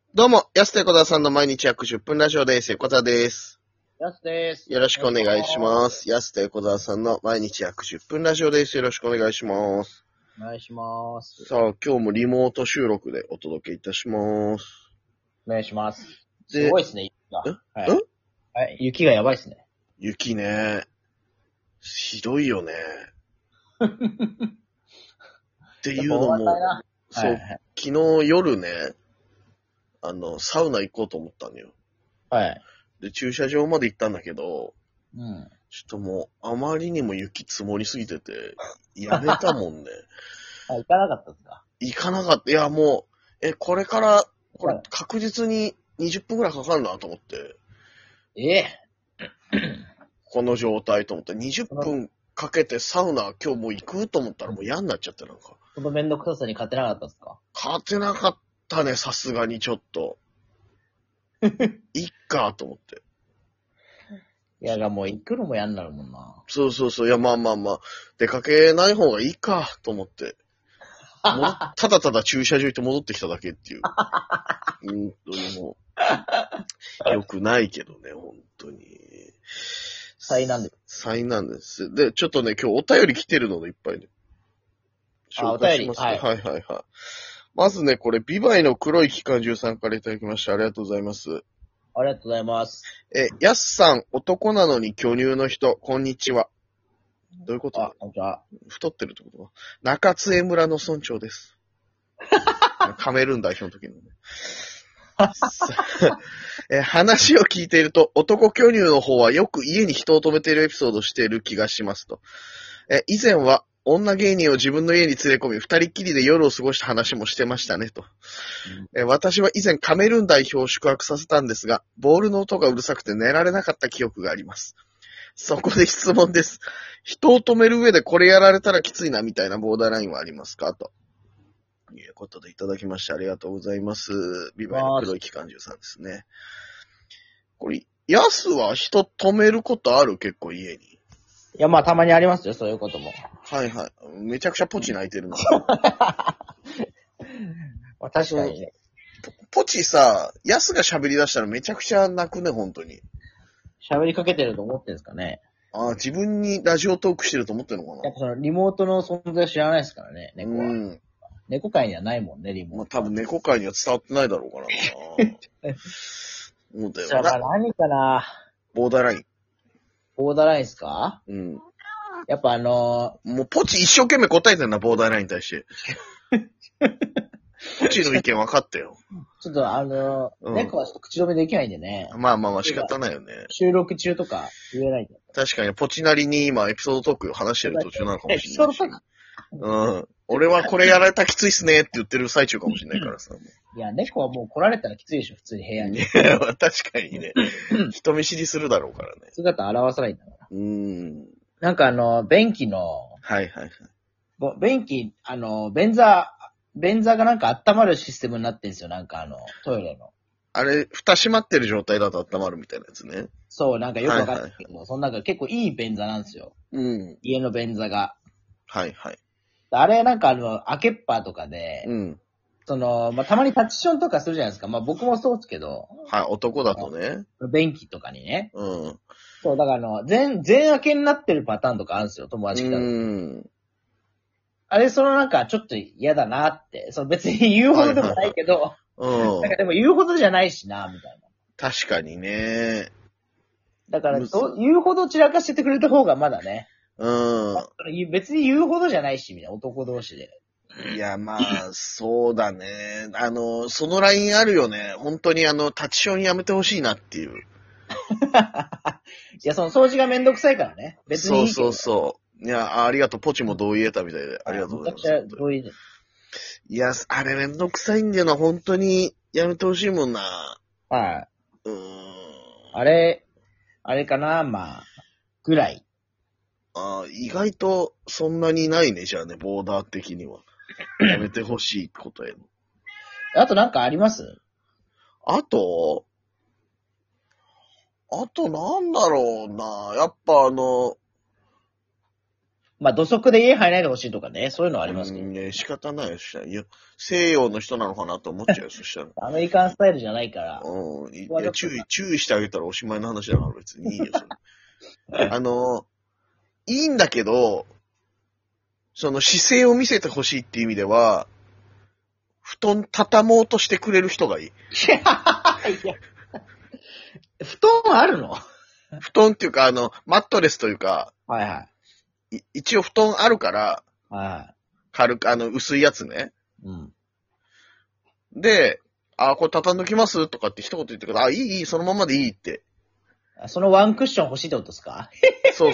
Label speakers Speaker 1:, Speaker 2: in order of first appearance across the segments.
Speaker 1: どうも、安手小沢さんの毎日約10分ラジオです。横田です。
Speaker 2: やすです。
Speaker 1: よろしくお願いします。安手小沢さんの毎日約10分ラジオです。よろしくお願いします。
Speaker 2: お願いします。
Speaker 1: さあ、今日もリモート収録でお届けいたします。
Speaker 2: お願いします。
Speaker 1: です
Speaker 2: ごいですね、雪が。は
Speaker 1: ん
Speaker 2: い。はい、雪がやばいですね。
Speaker 1: 雪ね。ひどいよね。っていうのも、そう、
Speaker 2: はい
Speaker 1: 昨日夜ね、サウナ行こうと思ったのよ。
Speaker 2: はい。はい。
Speaker 1: で、駐車場まで行ったんだけど、
Speaker 2: うん。
Speaker 1: ちょっともう、あまりにも雪積もりすぎてて、やめたもんね。
Speaker 2: あ、行かなかったですか？
Speaker 1: 行かなかった。いや、もう、これから、これ確実に20分くらいかかるなと思って、
Speaker 2: え
Speaker 1: この状態と思って、20分かけてサウナ今日もう行くと思ったらもう嫌になっちゃってなんか。
Speaker 2: そのめんどくささに勝てなかったですか？
Speaker 1: 勝てなかったね、さすがにちょっと。いっかと思って。
Speaker 2: いや、もう行くのも嫌になるもんな。
Speaker 1: そうそうそう。いや、まあまあまあ、出かけない方がいいかと思って。ただただ駐車場行って戻ってきただけっていう。本当にもう、良くないけどね、本当に。
Speaker 2: 災難です。
Speaker 1: 災難です。で、ちょっとね、今日お便り来てるのでいっぱいね。紹介しますね。はいはいはい。まずね、これ、ビバイの黒い機関銃さんからいただきました。ありがとうございます。
Speaker 2: ありがとうございます。
Speaker 1: やすさん、男なのに巨乳の人、こんにちは。どういうことだ？
Speaker 2: こんにちは。
Speaker 1: 太ってるってことは中津江村の村長です。カメルーン代表の時のね。話を聞いていると、男巨乳の方はよく家に人を止めているエピソードをしている気がしますと。以前は女芸人を自分の家に連れ込み、二人っきりで夜を過ごした話もしてましたねと。私は以前カメルーン代表を宿泊させたんですが、ボールの音がうるさくて寝られなかった記憶があります。そこで質問です。人を止める上でこれやられたらきついなみたいなボーダーラインはありますかと。いうことでいただきましてありがとうございます。ビバイの黒い機関銃さんですね。これ、ヤスは人止めることある？結構家に。
Speaker 2: いや、まあ、たまにありますよ、そういうことも。
Speaker 1: はいはい。めちゃくちゃポチ泣いてるな。
Speaker 2: まあ、確かにね。
Speaker 1: ポチさ、ヤスが喋り出したらめちゃくちゃ泣くね、本当に。
Speaker 2: 喋りかけてると思ってるんですかね。
Speaker 1: 自分にラジオトークしてると思ってるのかな。
Speaker 2: やっぱそのリモートの存在知らないですからね、猫は。
Speaker 1: うん。
Speaker 2: 猫界にはないもんね、リモート。
Speaker 1: まあ、多分猫界には伝わってないだろうからな。思ったよ
Speaker 2: じゃあ、まあ何かな。
Speaker 1: ボーダーライン。
Speaker 2: ボーダーラインですか？
Speaker 1: うん。
Speaker 2: やっぱ
Speaker 1: もうポチ一生懸命答えてんな、ボーダーラインに対して。ポチの意見分かったよ。
Speaker 2: ちょっと猫はちょっと口止めできないんでね。
Speaker 1: まあまあまあ仕方ないよね。
Speaker 2: 収録中とか言えないんで。
Speaker 1: 確かにポチなりに今エピソードトーク話してる途中なのかもしれないし。
Speaker 2: エピソードトーク？
Speaker 1: うん。俺はこれやられたらきついっすねって言ってる最中かもしれないからさ。
Speaker 2: いや、猫はもう来られたらきついでしょ、普通に部屋に。
Speaker 1: いや、確かにね。人見知りするだろうからね。
Speaker 2: 姿現さないんだから。なんか便器の、
Speaker 1: はいはいはい。
Speaker 2: 便器、便座がなんか温まるシステムになってるんですよ、なんかトイレの。
Speaker 1: あれ、蓋閉まってる状態だと温まるみたいなやつね。
Speaker 2: そう、なんかよくわかんないけど、そのなんか結構いい便座なんですよ。
Speaker 1: うん。
Speaker 2: 家の便座が。
Speaker 1: はいはい。
Speaker 2: あれなんか開けっぱとかで、
Speaker 1: うん。
Speaker 2: まあ、たまにタッチションとかするじゃないですか。まあ僕もそうですけど。
Speaker 1: はい、男だとね。
Speaker 2: 便器とかにね。
Speaker 1: うん。
Speaker 2: そう、だから全開けになってるパターンとかあるんですよ、友達来たら。あれ、なんかちょっと嫌だなって。別に言うほどでもないけど、なんかでも言うほどじゃないしな、みたいな。
Speaker 1: 確かにね。
Speaker 2: だから、言うほど散らかしててくれた方がまだね。
Speaker 1: うん。
Speaker 2: 別に言うほどじゃないし、みたいな、男同士で。
Speaker 1: いや、まあ、そうだね。そのラインあるよね。本当にタッチションやめてほしいなっていう。
Speaker 2: いや、掃除がめんどくさいからね。別にいいけど。
Speaker 1: そうそう。いや、ありがとう。ポチも同意得たみたいで。ありがとうございます。
Speaker 2: めちゃくちゃ同意で。
Speaker 1: いや、あれめんどくさいんだよな。本当にやめてほしいもんな。
Speaker 2: はい。あれかな、まあ、ぐらい。
Speaker 1: 意外とそんなにないね、じゃあね、ボーダー的には。やめてほしいことへの。
Speaker 2: あとなんかあります？
Speaker 1: あとなんだろうな。やっぱ
Speaker 2: まあ土足で家入らないでほしいとかね、そういうのはありますけど。
Speaker 1: ね、仕方ないよ、そしたら。いや、西洋の人なのかなと思っちゃうよ、そしたら。
Speaker 2: アメリカンスタイルじゃないから。
Speaker 1: いや、注意してあげたらおしまいの話だから別にいいよ、それ。いいんだけど、その姿勢を見せてほしいっていう意味では、布団畳もうとしてくれる人がいい。
Speaker 2: いや、布団あるの？
Speaker 1: 布団っていうか、マットレスというか、
Speaker 2: はいはい。
Speaker 1: 一応布団あるから、
Speaker 2: はい。
Speaker 1: 軽く、薄いやつね。
Speaker 2: うん。
Speaker 1: で、これ畳んどきますとかって一言言ってくるから、いい、そのままでいいって。
Speaker 2: そのワンクッション欲しいってことですか？
Speaker 1: そう。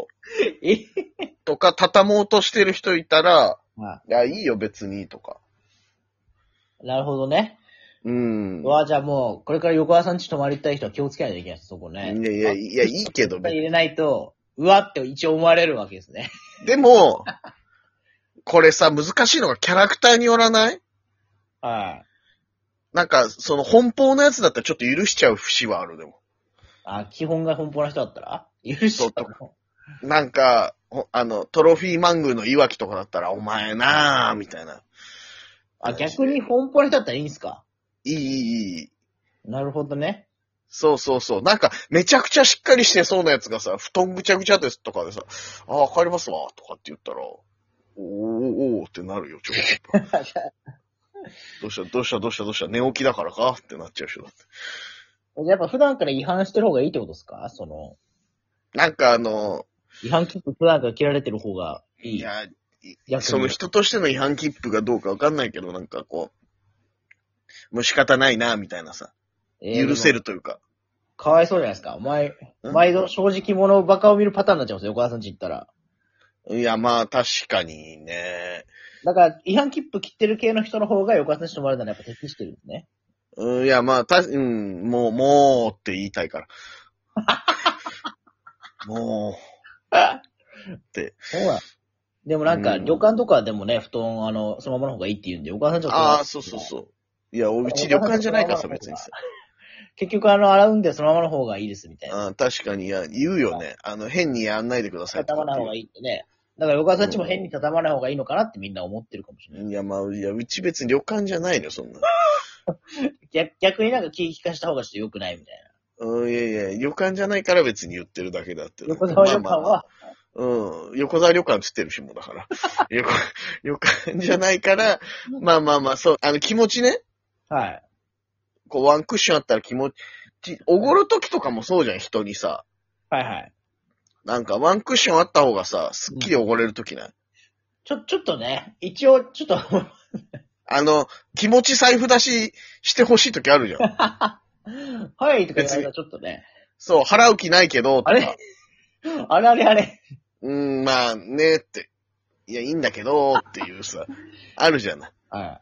Speaker 1: とか、畳もうとしてる人いたら、いいよ別に、とか。
Speaker 2: なるほどね。じゃあもう、これから横川さん家泊まりたい人は気をつけないといけないです、そこね。
Speaker 1: いや、いいけど
Speaker 2: ね。入れないと、うわって一応思われるわけですね。
Speaker 1: でも、これさ、難しいのがキャラクターによらない？
Speaker 2: はい。
Speaker 1: なんか、その奔放なやつだったらちょっと許しちゃう節はある、でも。
Speaker 2: 基本が奔放な人だったら許しちゃうの？
Speaker 1: なんか、トロフィーマングーのいわきとかだったら、お前なぁ、みたいな。
Speaker 2: 逆に奔放な人だったらいいんすか？
Speaker 1: いい。
Speaker 2: なるほどね。
Speaker 1: そう。なんか、めちゃくちゃしっかりしてそうなやつがさ、布団ぐちゃぐちゃですとかでさ、帰りますわ、とかって言ったら、おーってなるよ、ちょっと。どうした寝起きだからかってなっちゃうしだって。
Speaker 2: やっぱ普段から違反してる方がいいってことですか？
Speaker 1: なんか
Speaker 2: 違反切符普段から切られてる方がいい。
Speaker 1: いや、その人としての違反切符がどうかわかんないけど、なんかこう、もう仕方ないな、みたいなさ。許せるというか。
Speaker 2: かわいそうじゃないですか。毎度正直者バカを見るパターンになっちゃうんですよ、横田さんち行ったら。
Speaker 1: いや、まあ、確かにね。
Speaker 2: だから、違反切符切ってる系の人の方が横田さんち泊まるならやっぱ適してるんですね。
Speaker 1: いや、まあ、もうって言いたいから。もう。って。
Speaker 2: そうだ。でもなんか、旅館とかでもね、布団、そのままの方がいいって言うんで、横田さんちょっと。
Speaker 1: そう。いや、うち旅館じゃないからさ、別にさ。
Speaker 2: 結局洗うんでそのままの方がいいですみたいな。
Speaker 1: 確かに、いや、言うよね。変にやんないでください。
Speaker 2: 畳まない方がいいってね。だから横川さんちも変に畳まない方がいいのかなってみんな思ってるかもしれない。
Speaker 1: いや、まあ、うち別に旅館じゃないのよ、そんな。
Speaker 2: 逆になんか気利かした方がちょっと良くないみたいな。
Speaker 1: いや、旅館じゃないから別に言ってるだけだって。
Speaker 2: 横沢旅館は、
Speaker 1: 横沢旅館つってるしも、だから。旅館じゃないから、まあ、そう、気持ちね。
Speaker 2: はい。
Speaker 1: こう、ワンクッションあったら気持ち、おごるときとかもそうじゃん、人にさ。
Speaker 2: はい。
Speaker 1: なんか、ワンクッションあった方がさ、すっきりおごれるときない、
Speaker 2: ちょっとね、一応、ちょっと
Speaker 1: 気持ち財布出ししてほしいときあるじゃん。
Speaker 2: はいとか言われたらちょっとね。
Speaker 1: そう、払う気ないけど、とか。
Speaker 2: あれ。
Speaker 1: まあねって。いや、いいんだけど、っていうさ、あるじゃない。
Speaker 2: はい。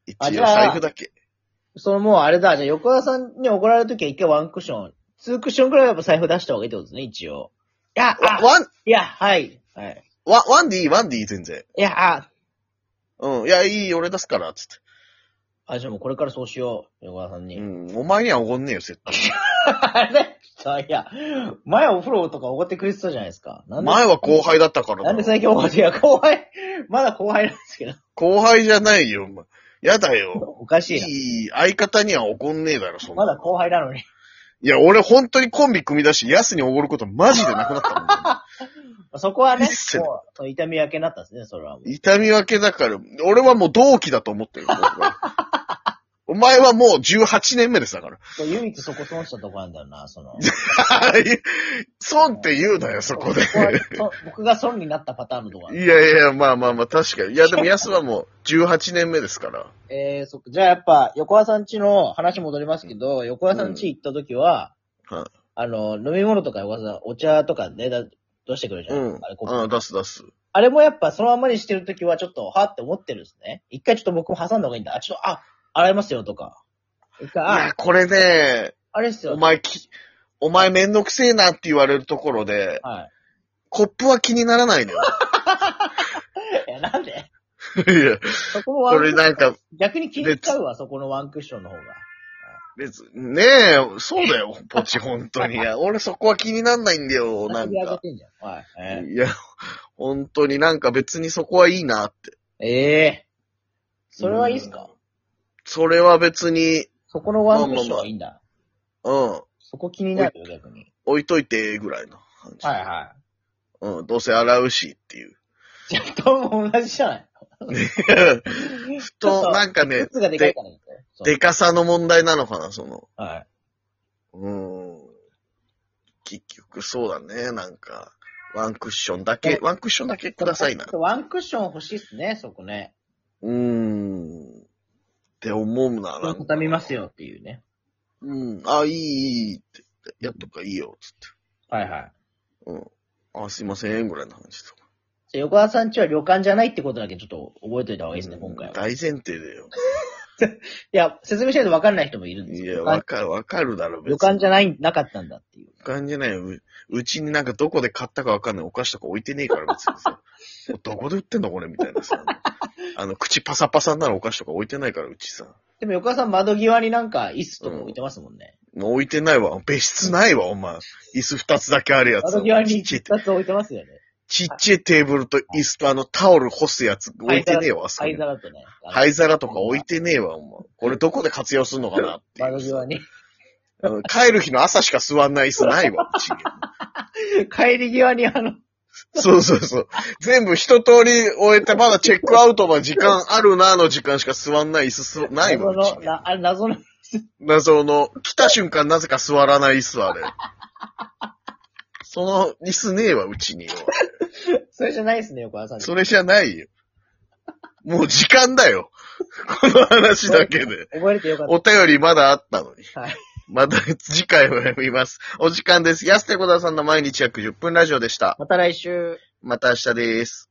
Speaker 1: 一応財布だけ。
Speaker 2: もうあれだ、じゃあ横田さんに怒られるときは一回ワンクッション、ツークッションくらいはやっぱ財布出した方がいいってことですね、一応。はい。
Speaker 1: ワンでいい、全然。
Speaker 2: いや、
Speaker 1: いい、俺出すから、つって。
Speaker 2: じゃあもうこれからそうしよう、横田さんに。
Speaker 1: お前にはおごんねえよ、絶対。
Speaker 2: いや、前お風呂とかおごってくれてたじゃないですか。
Speaker 1: 前は後輩だったから
Speaker 2: なんで最近おごって、後輩、まだ後輩なんですけど。
Speaker 1: 後輩じゃないよ、やだよ。
Speaker 2: おかしいな。
Speaker 1: いい、相方にはおごんねえだろ、そんな。
Speaker 2: まだ後輩なのに。
Speaker 1: いや、俺本当にコンビ組み出し、ヤスにおごることマジでなくなったもん。
Speaker 2: そこはね、もう、痛み分けになったんですね、それは。
Speaker 1: 痛み分けだから、俺はもう同期だと思ってる。お前はもう18年目ですだから。
Speaker 2: 唯一そこ損したとこなんだよな、
Speaker 1: 損って言うなよ、そこで。
Speaker 2: 僕が損になったパターンのとこなんだ。
Speaker 1: いや、まあ、確かに。いや、でもヤスはもう18年目ですから。
Speaker 2: そっか。じゃあやっぱ、横川さん家の話戻りますけど、横川さん家行った時は、飲み物とか横川さん、お茶とかね、出してくれるじゃん。
Speaker 1: 出す。
Speaker 2: あれもやっぱそのままにしてる時はちょっと、はって思ってるんですね。一回ちょっと僕も挟んだ方がいいんだ。洗いますよとか。
Speaker 1: いや、これね、
Speaker 2: あれっすよ。
Speaker 1: お前めんどくせえなって言われるところで、
Speaker 2: はい。
Speaker 1: コップは気にならないのよ。
Speaker 2: いや、なんで
Speaker 1: いや、
Speaker 2: そこも
Speaker 1: これなんか、
Speaker 2: 逆に気にしちゃうわ、そこのワンクッションの方が。
Speaker 1: 別に、ねえ、そうだよ、ポチ、本当に。いや、俺そこは気になんないんだよ、なんか。いや、本当になんか別にそこはいいなって。
Speaker 2: それはいいっすか？
Speaker 1: それは別に。
Speaker 2: そこのワンクッションはいいんだ。そこ気になるよ、逆に。
Speaker 1: 置いといて、ぐらいの感じ。
Speaker 2: はいはい。
Speaker 1: どうせ洗うしっていう。
Speaker 2: じゃあ、布団も同じじゃない
Speaker 1: 布団、なんかね、でかさの問題なのかな、
Speaker 2: はい。
Speaker 1: 結局そうだね、なんか、ワンクッションだけくださいな。
Speaker 2: ワンクッション欲しいっすね、そこね。
Speaker 1: って思うなら。
Speaker 2: 畳みますよっていうね。
Speaker 1: いいって。やっとかいいよ、つって。
Speaker 2: はいはい。
Speaker 1: すいません、ぐらいの話とか。
Speaker 2: 横川さんちは旅館じゃないってことだけちょっと覚えといた方がいいですね、今回は。
Speaker 1: 大前提だよ。
Speaker 2: いや、説明しないと分かんない人もいるんですよ。
Speaker 1: いや、わかるだろ、
Speaker 2: 別に。旅館じゃなかったんだっていう。
Speaker 1: 旅館じゃないよ。うちになんかどこで買ったか分かんないお菓子とか置いてねえから別にさ。どこで売ってんのこれみたいなさ。口パサパサになるお菓子とか置いてないからうちさ。
Speaker 2: でも横川さん窓際になんか椅子とか置いてますもんね。
Speaker 1: もう置いてないわ。別室ないわ、お前。椅子2つだけあるやつ。
Speaker 2: 窓際に2つ置いてますよね。
Speaker 1: ちっちゃいテーブルと椅子とタオル干すやつ置いてねえわ、
Speaker 2: 灰皿とね。
Speaker 1: 灰皿とか置いてねえわ、お前。これどこで活用すんのかなって
Speaker 2: 窓際に。
Speaker 1: 帰る日の朝しか座んない椅子ないわ、うち
Speaker 2: に。帰り際に
Speaker 1: そう。全部一通り終えて、まだチェックアウトの時間あるなの時間しか座んない椅子ないわ、うち謎の、来た瞬間なぜか座らない椅子あれ。その椅子ねえわ、うちに。
Speaker 2: それじゃないですね、横川さん。
Speaker 1: それじゃないよ。もう時間だよ。この話だけで。
Speaker 2: 覚えてよかった。
Speaker 1: お便りまだあったのに。
Speaker 2: はい。
Speaker 1: また次回も読みます。お時間です。安手小田さんの毎日約10分ラジオでした。
Speaker 2: また来週。
Speaker 1: また明日です。